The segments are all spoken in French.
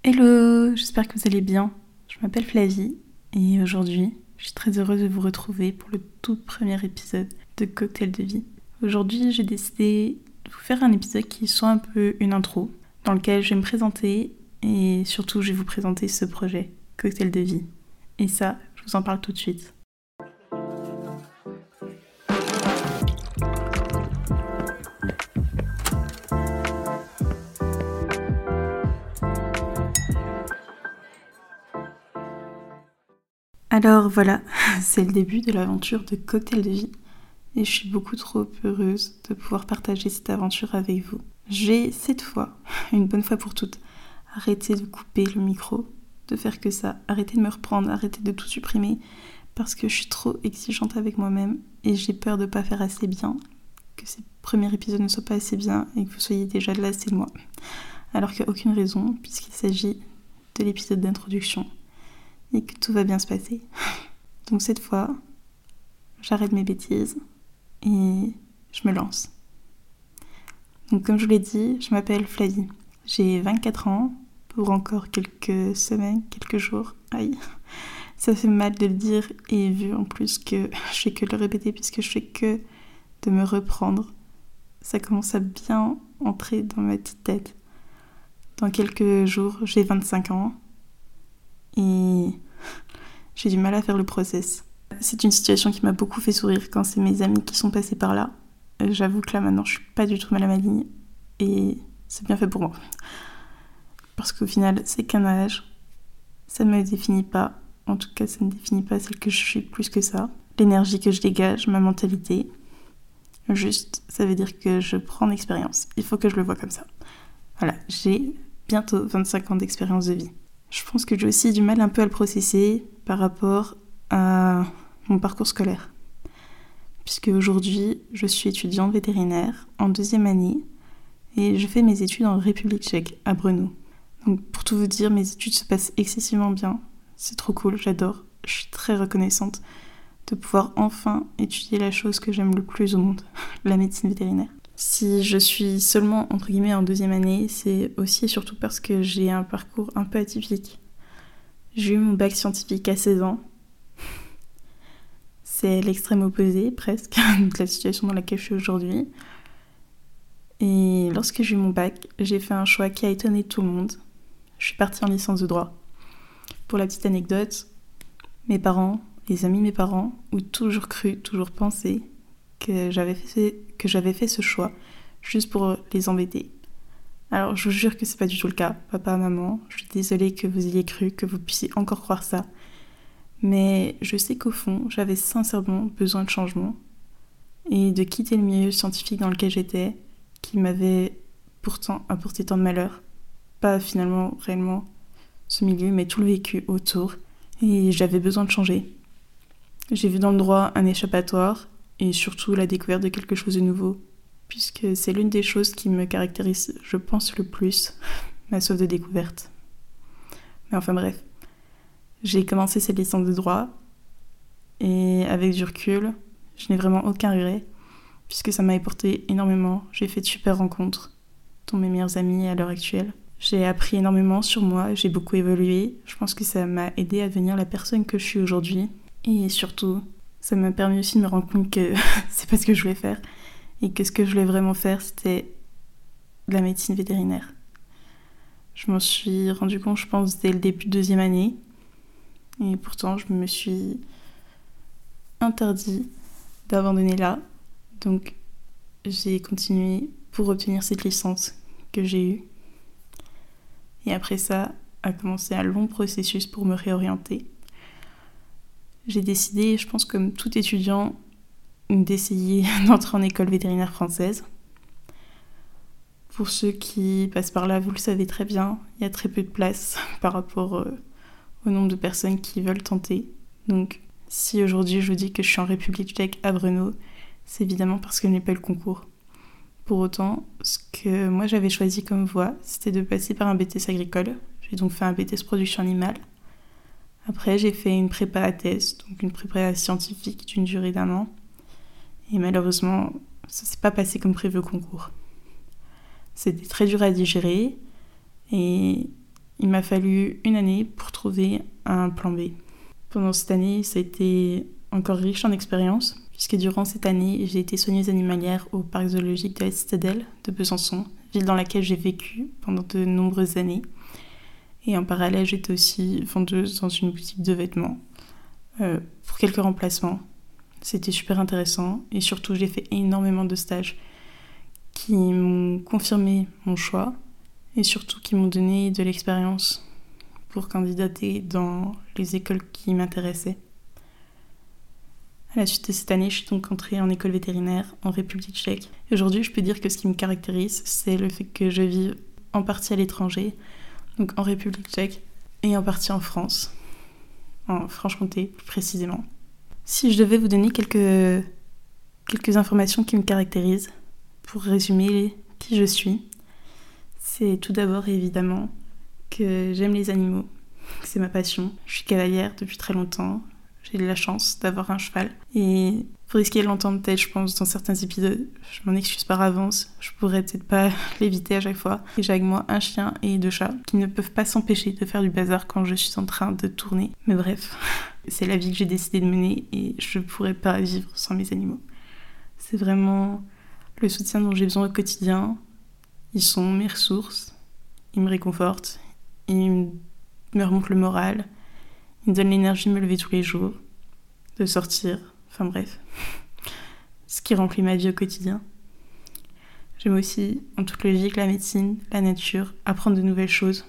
Hello, j'espère que vous allez bien. Je m'appelle Flavie et aujourd'hui, je suis très heureuse de vous retrouver pour le tout premier épisode de Cocktail de vie. Aujourd'hui, j'ai décidé de vous faire un épisode qui soit un peu une intro, dans lequel je vais me présenter et surtout je vais vous présenter ce projet, Cocktail de vie. Et ça, je vous en parle tout de suite. Alors voilà, c'est le début de l'aventure de Cocktail de vie et je suis beaucoup trop heureuse de pouvoir partager cette aventure avec vous. J'ai cette fois, une bonne fois pour toutes, arrêté de couper le micro, de faire que ça, arrêter de me reprendre, arrêter de tout supprimer parce que je suis trop exigeante avec moi-même et j'ai peur de ne pas faire assez bien, que ces premiers épisodes ne soient pas assez bien et que vous soyez déjà lassés de moi. Alors qu'il n'y a aucune raison puisqu'il s'agit de l'épisode d'introduction et que tout va bien se passer. Donc cette fois, j'arrête mes bêtises et je me lance. Donc comme je vous l'ai dit, je m'appelle Flavie. J'ai 24 ans, pour encore quelques semaines, quelques jours. Aïe, ça fait mal de le dire et vu en plus que je fais que le répéter puisque je fais que de me reprendre, ça commence à bien entrer dans ma petite tête. Dans quelques jours, j'ai 25 ans et j'ai du mal à faire le process. C'est une situation qui m'a beaucoup fait sourire quand c'est mes amis qui sont passés par là. J'avoue que là maintenant je suis pas du tout mal à ma ligne et c'est bien fait pour moi. Parce qu'au final c'est qu'un âge, ça ne me définit pas, en tout cas ça ne définit pas celle que je suis plus que ça. L'énergie que je dégage, ma mentalité, juste ça veut dire que je prends l'expérience, il faut que je le vois comme ça. Voilà, j'ai bientôt 25 ans d'expérience de vie. Je pense que j'ai aussi du mal un peu à le processer par rapport à mon parcours scolaire. Puisque aujourd'hui, je suis étudiante vétérinaire en 2e année et je fais mes études en République tchèque, à Brno. Donc pour tout vous dire, mes études se passent excessivement bien. C'est trop cool, j'adore. Je suis très reconnaissante de pouvoir enfin étudier la chose que j'aime le plus au monde, la médecine vétérinaire. Si je suis seulement, entre guillemets, en 2e année, c'est aussi et surtout parce que j'ai un parcours un peu atypique. J'ai eu mon bac scientifique à 16 ans. C'est l'extrême opposé, presque, de la situation dans laquelle je suis aujourd'hui. Et lorsque j'ai eu mon bac, j'ai fait un choix qui a étonné tout le monde. Je suis partie en licence de droit. Pour la petite anecdote, mes parents, les amis de mes parents, ont toujours cru, toujours pensé que j'avais fait ce choix juste pour les embêter. Alors je vous jure que c'est pas du tout le cas, papa, maman, je suis désolée que vous ayez cru, que vous puissiez encore croire ça. Mais je sais qu'au fond, j'avais sincèrement besoin de changement et de quitter le milieu scientifique dans lequel j'étais, qui m'avait pourtant apporté tant de malheur. Pas finalement, réellement, ce milieu, mais tout le vécu autour. Et j'avais besoin de changer. J'ai vu dans le droit un échappatoire et surtout la découverte de quelque chose de nouveau, puisque c'est l'une des choses qui me caractérise, je pense, le plus, ma soif de découverte. Mais enfin bref. J'ai commencé cette licence de droit et avec du recul, je n'ai vraiment aucun regret puisque ça m'a apporté énormément. J'ai fait de super rencontres, dont mes meilleurs amis à l'heure actuelle. J'ai appris énormément sur moi, j'ai beaucoup évolué. Je pense que ça m'a aidé à devenir la personne que je suis aujourd'hui. Et surtout, ça m'a permis aussi de me rendre compte que c'est pas ce que je voulais faire et que ce que je voulais vraiment faire, c'était de la médecine vétérinaire. Je m'en suis rendu compte, je pense, dès le début de 2e année. Et pourtant, je me suis interdit d'abandonner là. Donc, j'ai continué pour obtenir cette licence que j'ai eue. Et après ça, a commencé un long processus pour me réorienter. J'ai décidé, je pense comme tout étudiant, d'essayer d'entrer en école vétérinaire française. Pour ceux qui passent par là, vous le savez très bien, il y a très peu de place par rapport au nombre de personnes qui veulent tenter. Donc, si aujourd'hui je vous dis que je suis en République tchèque à Brno, c'est évidemment parce que je n'ai pas eu le concours. Pour autant, ce que moi j'avais choisi comme voie, c'était de passer par un BTS agricole. J'ai donc fait un BTS production animale. Après, j'ai fait une prépa à thèse, donc une prépa scientifique d'une durée d'1 an. Et malheureusement, ça ne s'est pas passé comme prévu au concours. C'était très dur à digérer et Il m'a fallu une année pour trouver un plan B. Pendant cette année, ça a été encore riche en expériences, puisque durant cette année, j'ai été soigneuse animalière au parc zoologique de la Citadelle de Besançon, ville dans laquelle j'ai vécu pendant de nombreuses années. Et en parallèle, j'étais aussi vendeuse dans une boutique de vêtements pour quelques remplacements. C'était super intéressant et surtout, j'ai fait énormément de stages qui m'ont confirmé mon choix et surtout qui m'ont donné de l'expérience pour candidater dans les écoles qui m'intéressaient. À la suite de cette année, je suis donc entrée en école vétérinaire en République tchèque. Et aujourd'hui, je peux dire que ce qui me caractérise, c'est le fait que je vive en partie à l'étranger, donc en République tchèque, et en partie en France, en Franche-Comté plus précisément. Si je devais vous donner quelques informations qui me caractérisent, pour résumer qui je suis, c'est tout d'abord évidemment que j'aime les animaux, que c'est ma passion. Je suis cavalière depuis très longtemps, j'ai de la chance d'avoir un cheval. Et vous risquez de l'entendre peut-être, je pense, dans certains épisodes, je m'en excuse par avance, je pourrais peut-être pas l'éviter à chaque fois. Et j'ai avec moi un chien et 2 chats qui ne peuvent pas s'empêcher de faire du bazar quand je suis en train de tourner. Mais bref, c'est la vie que j'ai décidé de mener et je pourrais pas vivre sans mes animaux. C'est vraiment le soutien dont j'ai besoin au quotidien. Ils sont mes ressources, ils me réconfortent, ils me remontent le moral, ils me donnent l'énergie de me lever tous les jours, de sortir, enfin bref, ce qui remplit ma vie au quotidien. J'aime aussi, en toute logique, la médecine, la nature, apprendre de nouvelles choses.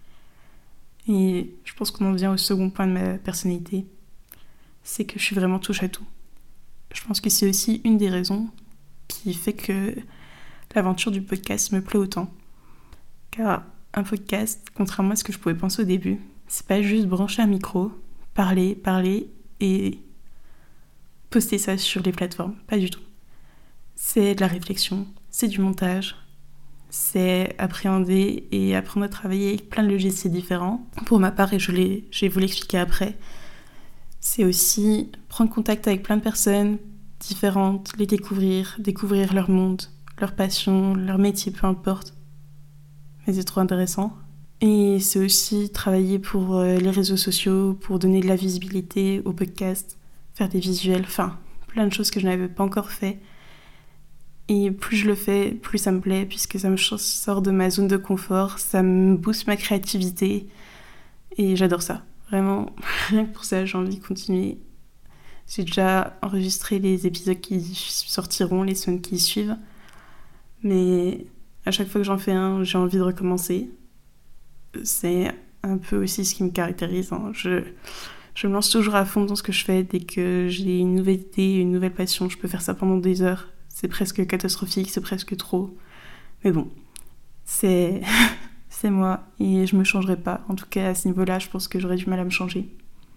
Et je pense qu'on en vient au second point de ma personnalité, c'est que je suis vraiment touche à tout. Je pense que c'est aussi une des raisons qui fait que l'aventure du podcast me plaît autant. Car un podcast, contrairement à ce que je pouvais penser au début, c'est pas juste brancher un micro, parler et poster ça sur les plateformes. Pas du tout. C'est de la réflexion, c'est du montage, c'est appréhender et apprendre à travailler avec plein de logiciels différents. Pour ma part, et je vais vous l'expliquer après, c'est aussi prendre contact avec plein de personnes différentes, les découvrir leur monde, leur passion, leur métier, peu importe. Mais c'est trop intéressant. Et c'est aussi travailler pour les réseaux sociaux, pour donner de la visibilité au podcast, faire des visuels, enfin, plein de choses que je n'avais pas encore fait. Et plus je le fais, plus ça me plaît, puisque ça me sort de ma zone de confort, ça me booste ma créativité, et j'adore ça. Vraiment, rien que pour ça, j'ai envie de continuer. J'ai déjà enregistré les épisodes qui sortiront les semaines qui suivent. Mais à chaque fois que j'en fais un, j'ai envie de recommencer. C'est un peu aussi ce qui me caractérise. Je me lance toujours à fond dans ce que je fais. Dès que j'ai une nouvelle idée, une nouvelle passion, je peux faire ça pendant des heures. C'est presque catastrophique, c'est presque trop. Mais bon, c'est moi et je me changerai pas. En tout cas, à ce niveau-là, je pense que j'aurais du mal à me changer.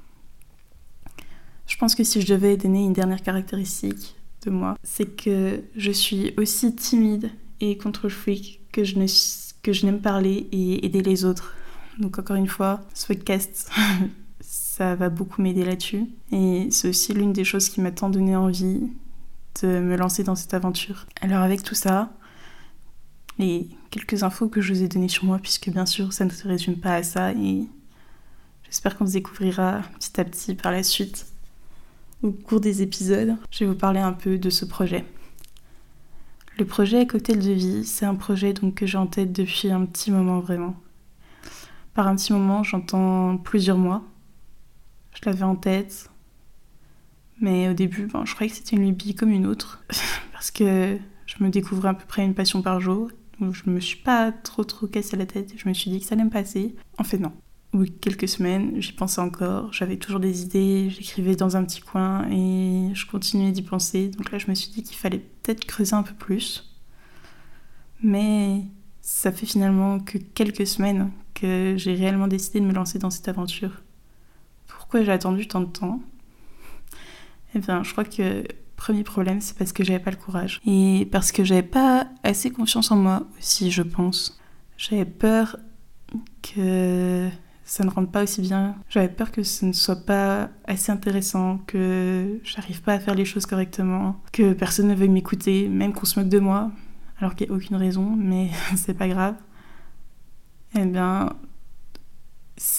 Je pense que si je devais donner une dernière caractéristique de moi, c'est que je suis aussi timide et control freak que je n'aime parler et aider les autres. Donc encore une fois, ce podcast, ça va beaucoup m'aider là-dessus. Et c'est aussi l'une des choses qui m'a tant donné envie de me lancer dans cette aventure. Alors avec tout ça, les quelques infos que je vous ai données sur moi, puisque bien sûr ça ne se résume pas à ça, et j'espère qu'on se découvrira petit à petit par la suite. Au cours des épisodes, je vais vous parler un peu de ce projet. Le projet Cocktail de vie, c'est un projet donc que j'ai en tête depuis un petit moment vraiment. Par un petit moment, j'entends plusieurs mois. Je l'avais en tête, mais au début, je croyais que c'était une lubie comme une autre, parce que je me découvrais à peu près une passion par jour, donc je me suis pas trop cassé la tête, je me suis dit que ça allait me passer. En fait non. Au bout de quelques semaines, j'y pensais encore, j'avais toujours des idées, j'écrivais dans un petit coin et je continuais d'y penser. Donc là, je me suis dit qu'il fallait peut-être creuser un peu plus. Mais ça fait finalement que quelques semaines que j'ai réellement décidé de me lancer dans cette aventure. Pourquoi j'ai attendu tant de temps ? Eh bien, je crois que le premier problème, c'est parce que j'avais pas le courage. Et parce que j'avais pas assez confiance en moi aussi, je pense. J'avais peur que ça ne rentre pas aussi bien. J'avais peur que ce ne soit pas assez intéressant, que j'arrive pas à faire les choses correctement, que personne ne veuille m'écouter, même qu'on se moque de moi, alors qu'il n'y a aucune raison, mais c'est pas grave. Eh bien,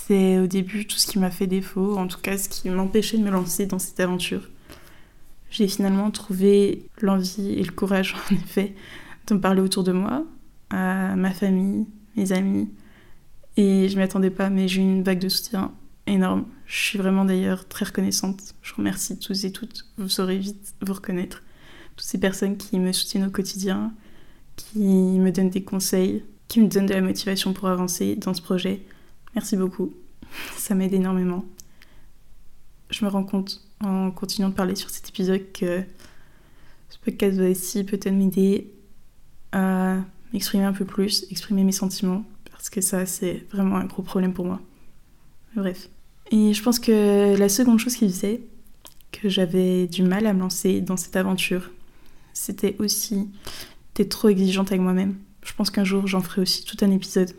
c'est au début tout ce qui m'a fait défaut, en tout cas ce qui m'empêchait de me lancer dans cette aventure. J'ai finalement trouvé l'envie et le courage, en effet, d'en parler autour de moi, à ma famille, mes amis. Et je m'y attendais pas, mais j'ai eu une vague de soutien énorme. Je suis vraiment d'ailleurs très reconnaissante. Je remercie tous et toutes. Vous saurez vite vous reconnaître. Toutes ces personnes qui me soutiennent au quotidien, qui me donnent des conseils, qui me donnent de la motivation pour avancer dans ce projet. Merci beaucoup. Ça m'aide énormément. Je me rends compte, en continuant de parler sur cet épisode, que ce podcast va aussi peut-être m'aider à m'exprimer un peu plus, exprimer mes sentiments, parce que ça, c'est vraiment un gros problème pour moi. Bref. Et je pense que la seconde chose qui faisait que j'avais du mal à me lancer dans cette aventure, c'était aussi d'être trop exigeante avec moi-même. Je pense qu'un jour, j'en ferai aussi tout un épisode.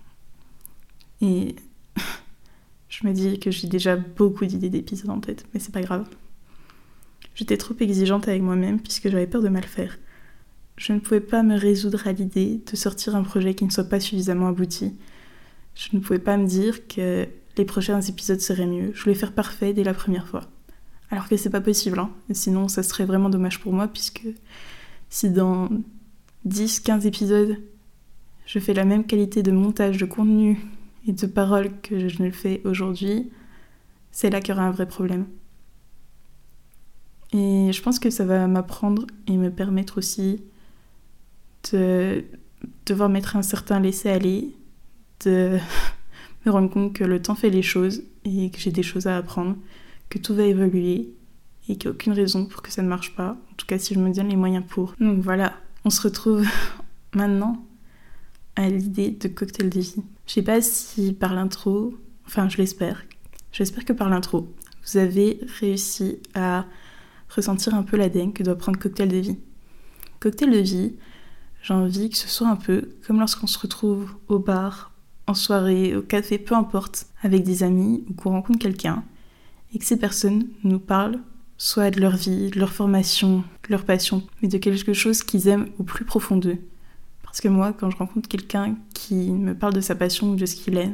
Et je me dis que j'ai déjà beaucoup d'idées d'épisodes en tête, mais c'est pas grave. J'étais trop exigeante avec moi-même puisque j'avais peur de mal faire. Je ne pouvais pas me résoudre à l'idée de sortir un projet qui ne soit pas suffisamment abouti. Je ne pouvais pas me dire que les prochains épisodes seraient mieux. Je voulais faire parfait dès la première fois. Alors que c'est pas possible, hein. Et sinon, ça serait vraiment dommage pour moi puisque si dans 10-15 épisodes, je fais la même qualité de montage, de contenu et de paroles que je ne le fais aujourd'hui, c'est là qu'il y aura un vrai problème. Et je pense que ça va m'apprendre et me permettre aussi de devoir mettre un certain laisser-aller, de me rendre compte que le temps fait les choses et que j'ai des choses à apprendre, que tout va évoluer et qu'il n'y a aucune raison pour que ça ne marche pas, en tout cas si je me donne les moyens pour. Donc voilà, on se retrouve maintenant à l'idée de cocktail de vie. Je sais pas si par l'intro, enfin je l'espère que par l'intro, vous avez réussi à ressentir un peu l'ADN que doit prendre cocktail de vie. Cocktail de vie, j'ai envie que ce soit un peu comme lorsqu'on se retrouve au bar, en soirée, au café, peu importe, avec des amis ou qu'on rencontre quelqu'un et que ces personnes nous parlent soit de leur vie, de leur formation, de leur passion, mais de quelque chose qu'ils aiment au plus profond d'eux. Parce que moi, quand je rencontre quelqu'un qui me parle de sa passion ou de ce qu'il est,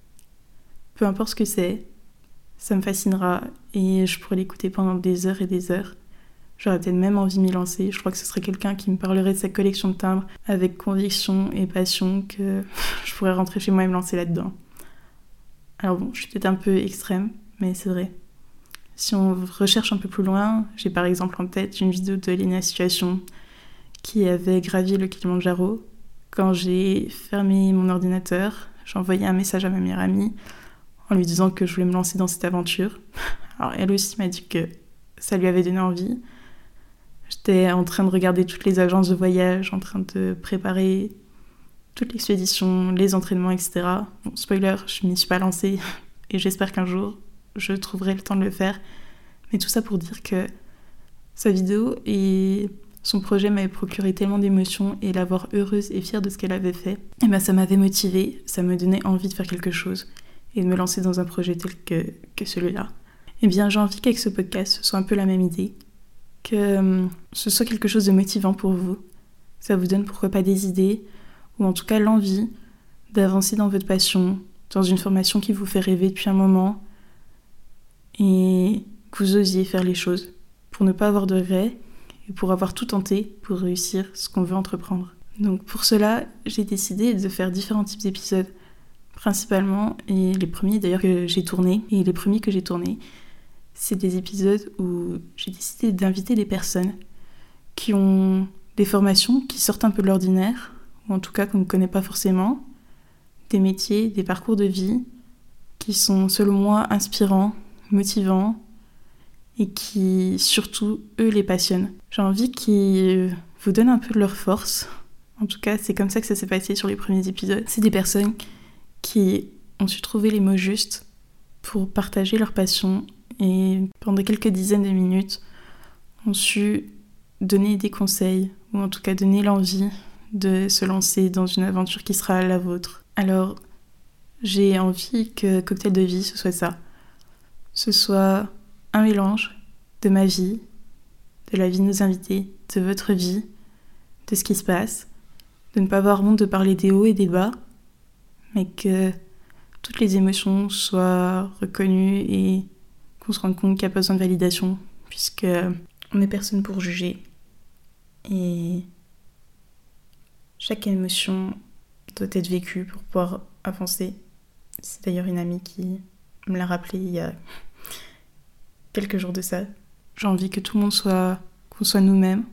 peu importe ce que c'est, ça me fascinera et je pourrais l'écouter pendant des heures et des heures. J'aurais peut-être même envie de m'y lancer. Je crois que ce serait quelqu'un qui me parlerait de sa collection de timbres avec conviction et passion que je pourrais rentrer chez moi et me lancer là-dedans. Alors bon, je suis peut-être un peu extrême, mais c'est vrai. Si on recherche un peu plus loin, j'ai par exemple en tête une vidéo de Lina Situation qui avait gravi le Kilimandjaro. Quand j'ai fermé mon ordinateur, j'ai envoyé un message à ma meilleure amie en lui disant que je voulais me lancer dans cette aventure. Alors elle aussi m'a dit que ça lui avait donné envie. J'étais en train de regarder toutes les agences de voyage, en train de préparer toute l'expédition, les entraînements, etc. Bon, spoiler, je m'y suis pas lancée et j'espère qu'un jour je trouverai le temps de le faire. Mais tout ça pour dire que sa vidéo et son projet m'avaient procuré tellement d'émotions et la voir heureuse et fière de ce qu'elle avait fait, et ben ça m'avait motivée, ça me donnait envie de faire quelque chose et de me lancer dans un projet tel que celui-là. Et bien j'ai envie qu'avec ce podcast, ce soit un peu la même idée, que ce soit quelque chose de motivant pour vous. Ça vous donne pourquoi pas des idées, ou en tout cas l'envie d'avancer dans votre passion, dans une formation qui vous fait rêver depuis un moment, et que vous osiez faire les choses, pour ne pas avoir de regrets, et pour avoir tout tenté pour réussir ce qu'on veut entreprendre. Donc pour cela, j'ai décidé de faire différents types d'épisodes, principalement, et les premiers d'ailleurs que j'ai tournés, c'est des épisodes où j'ai décidé d'inviter des personnes qui ont des formations qui sortent un peu de l'ordinaire, ou en tout cas qu'on ne connaît pas forcément, des métiers, des parcours de vie qui sont selon moi inspirants, motivants, et qui, surtout, eux, les passionnent. J'ai envie qu'ils vous donnent un peu de leur force. En tout cas, c'est comme ça que ça s'est passé sur les premiers épisodes. C'est des personnes qui ont su trouver les mots justes pour partager leur passion et pendant quelques dizaines de minutes, ont su donner des conseils ou en tout cas donner l'envie de se lancer dans une aventure qui sera la vôtre. Alors, j'ai envie que Cocktail de vie, ce soit ça. Ce soit un mélange de ma vie, de la vie de nos invités, de votre vie, de ce qui se passe, de ne pas avoir honte de parler des hauts et des bas, mais que toutes les émotions soient reconnues et qu'on se rende compte qu'il n'y a pas besoin de validation, puisque on n'est personne pour juger. Et chaque émotion doit être vécue pour pouvoir avancer. C'est d'ailleurs une amie qui me l'a rappelé il y a quelques jours de ça. J'ai envie que tout le monde qu'on soit nous-mêmes,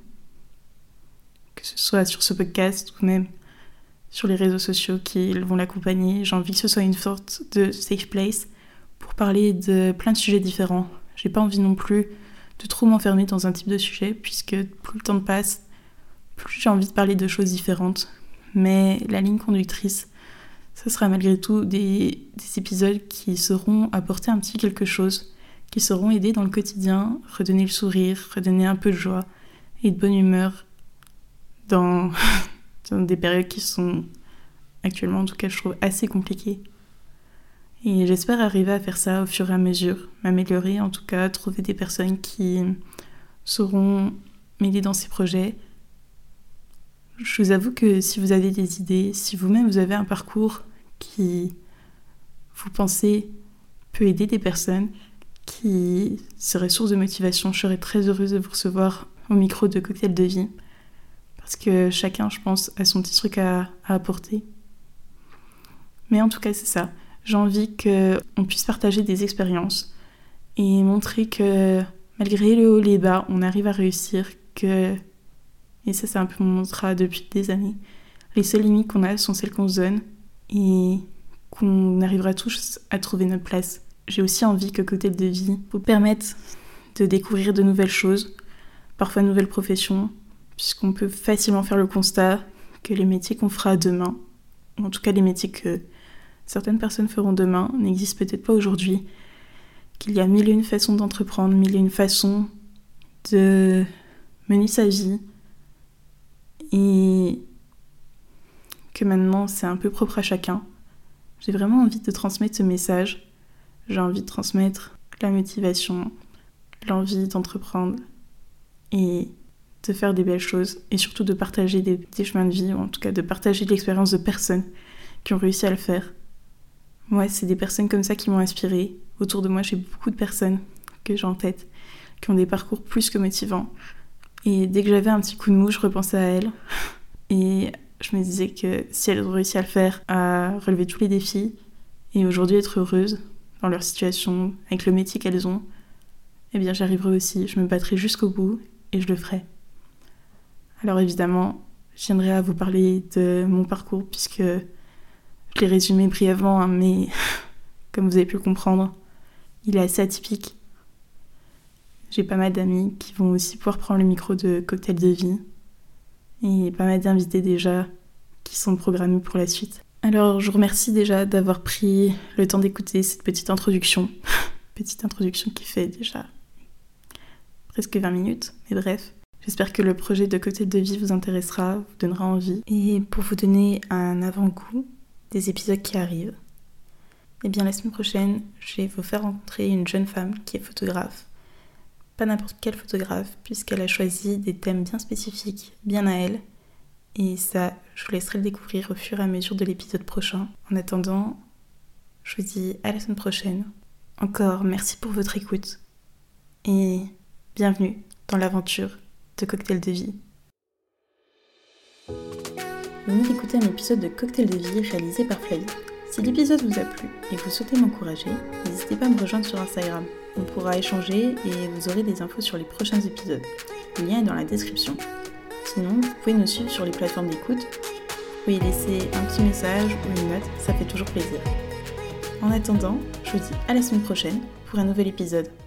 que ce soit sur ce podcast ou même sur les réseaux sociaux qui vont l'accompagner. J'ai envie que ce soit une sorte de safe place pour parler de plein de sujets différents. J'ai pas envie non plus de trop m'enfermer dans un type de sujet, puisque plus le temps passe, plus j'ai envie de parler de choses différentes. Mais la ligne conductrice, ce sera malgré tout des épisodes qui sauront apporter un petit quelque chose, qui sauront aider dans le quotidien, redonner le sourire, redonner un peu de joie et de bonne humeur dans des périodes qui sont actuellement, en tout cas, je trouve assez compliquées. Et j'espère arriver à faire ça au fur et à mesure, m'améliorer, en tout cas, trouver des personnes qui sauront m'aider dans ces projets. Je vous avoue que si vous avez des idées, si vous-même vous avez un parcours qui, vous pensez, peut aider des personnes, qui serait source de motivation, je serais très heureuse de vous recevoir au micro de Cocktail de Vie, parce que chacun, je pense, a son petit truc à apporter. Mais en tout cas, c'est ça. J'ai envie qu'on puisse partager des expériences et montrer que malgré le haut et les bas, on arrive à réussir, et ça c'est un peu mon mantra depuis des années, les seules limites qu'on a sont celles qu'on se donne et qu'on arrivera tous à trouver notre place. J'ai aussi envie que Cocktail de Vie vous permette de découvrir de nouvelles choses, parfois de nouvelles professions, puisqu'on peut facilement faire le constat que les métiers qu'on fera demain, ou en tout cas les métiers que certaines personnes feront demain, n'existent peut-être pas aujourd'hui, qu'il y a mille et une façons d'entreprendre, mille et une façons de mener sa vie, et que maintenant c'est un peu propre à chacun. J'ai vraiment envie de transmettre ce message. J'ai envie de transmettre la motivation, l'envie d'entreprendre et de faire des belles choses, et surtout de partager des chemins de vie, ou en tout cas de partager l'expérience de personnes qui ont réussi à le faire. Moi, c'est des personnes comme ça qui m'ont inspirée. Autour de moi, j'ai beaucoup de personnes que j'ai en tête, qui ont des parcours plus que motivants. Et dès que j'avais un petit coup de mou, je repensais à elles. Et je me disais que si elles ont réussi à le faire, à relever tous les défis, et aujourd'hui être heureuses dans leur situation, avec le métier qu'elles ont, eh bien j'arriverai aussi, je me battrai jusqu'au bout, et je le ferai. Alors évidemment, je viendrai à vous parler de mon parcours, puisque je l'ai résumé brièvement, mais comme vous avez pu le comprendre, il est assez atypique. J'ai pas mal d'amis qui vont aussi pouvoir prendre le micro de Cocktail de Vie, et pas mal d'invités déjà qui sont programmés pour la suite. Alors je vous remercie déjà d'avoir pris le temps d'écouter cette petite introduction. Petite introduction qui fait déjà presque 20 minutes, mais bref. J'espère que le projet de Cocktail de Vie vous intéressera, vous donnera envie. Et pour vous donner un avant-goût des épisodes qui arrivent, eh bien la semaine prochaine, je vais vous faire rencontrer une jeune femme qui est photographe. Pas n'importe quelle photographe, puisqu'elle a choisi des thèmes bien spécifiques, bien à elle. Et ça, je vous laisserai le découvrir au fur et à mesure de l'épisode prochain. En attendant, je vous dis à la semaine prochaine. Encore merci pour votre écoute. Et bienvenue dans l'aventure de Cocktail de Vie. Vous venez d'écouter un épisode de Cocktail de Vie réalisé par Flavie. Si l'épisode vous a plu et que vous souhaitez m'encourager, n'hésitez pas à me rejoindre sur Instagram. On pourra échanger et vous aurez des infos sur les prochains épisodes. Le lien est dans la description. Sinon, vous pouvez nous suivre sur les plateformes d'écoute. Vous pouvez laisser un petit message ou une note, ça fait toujours plaisir. En attendant, je vous dis à la semaine prochaine pour un nouvel épisode.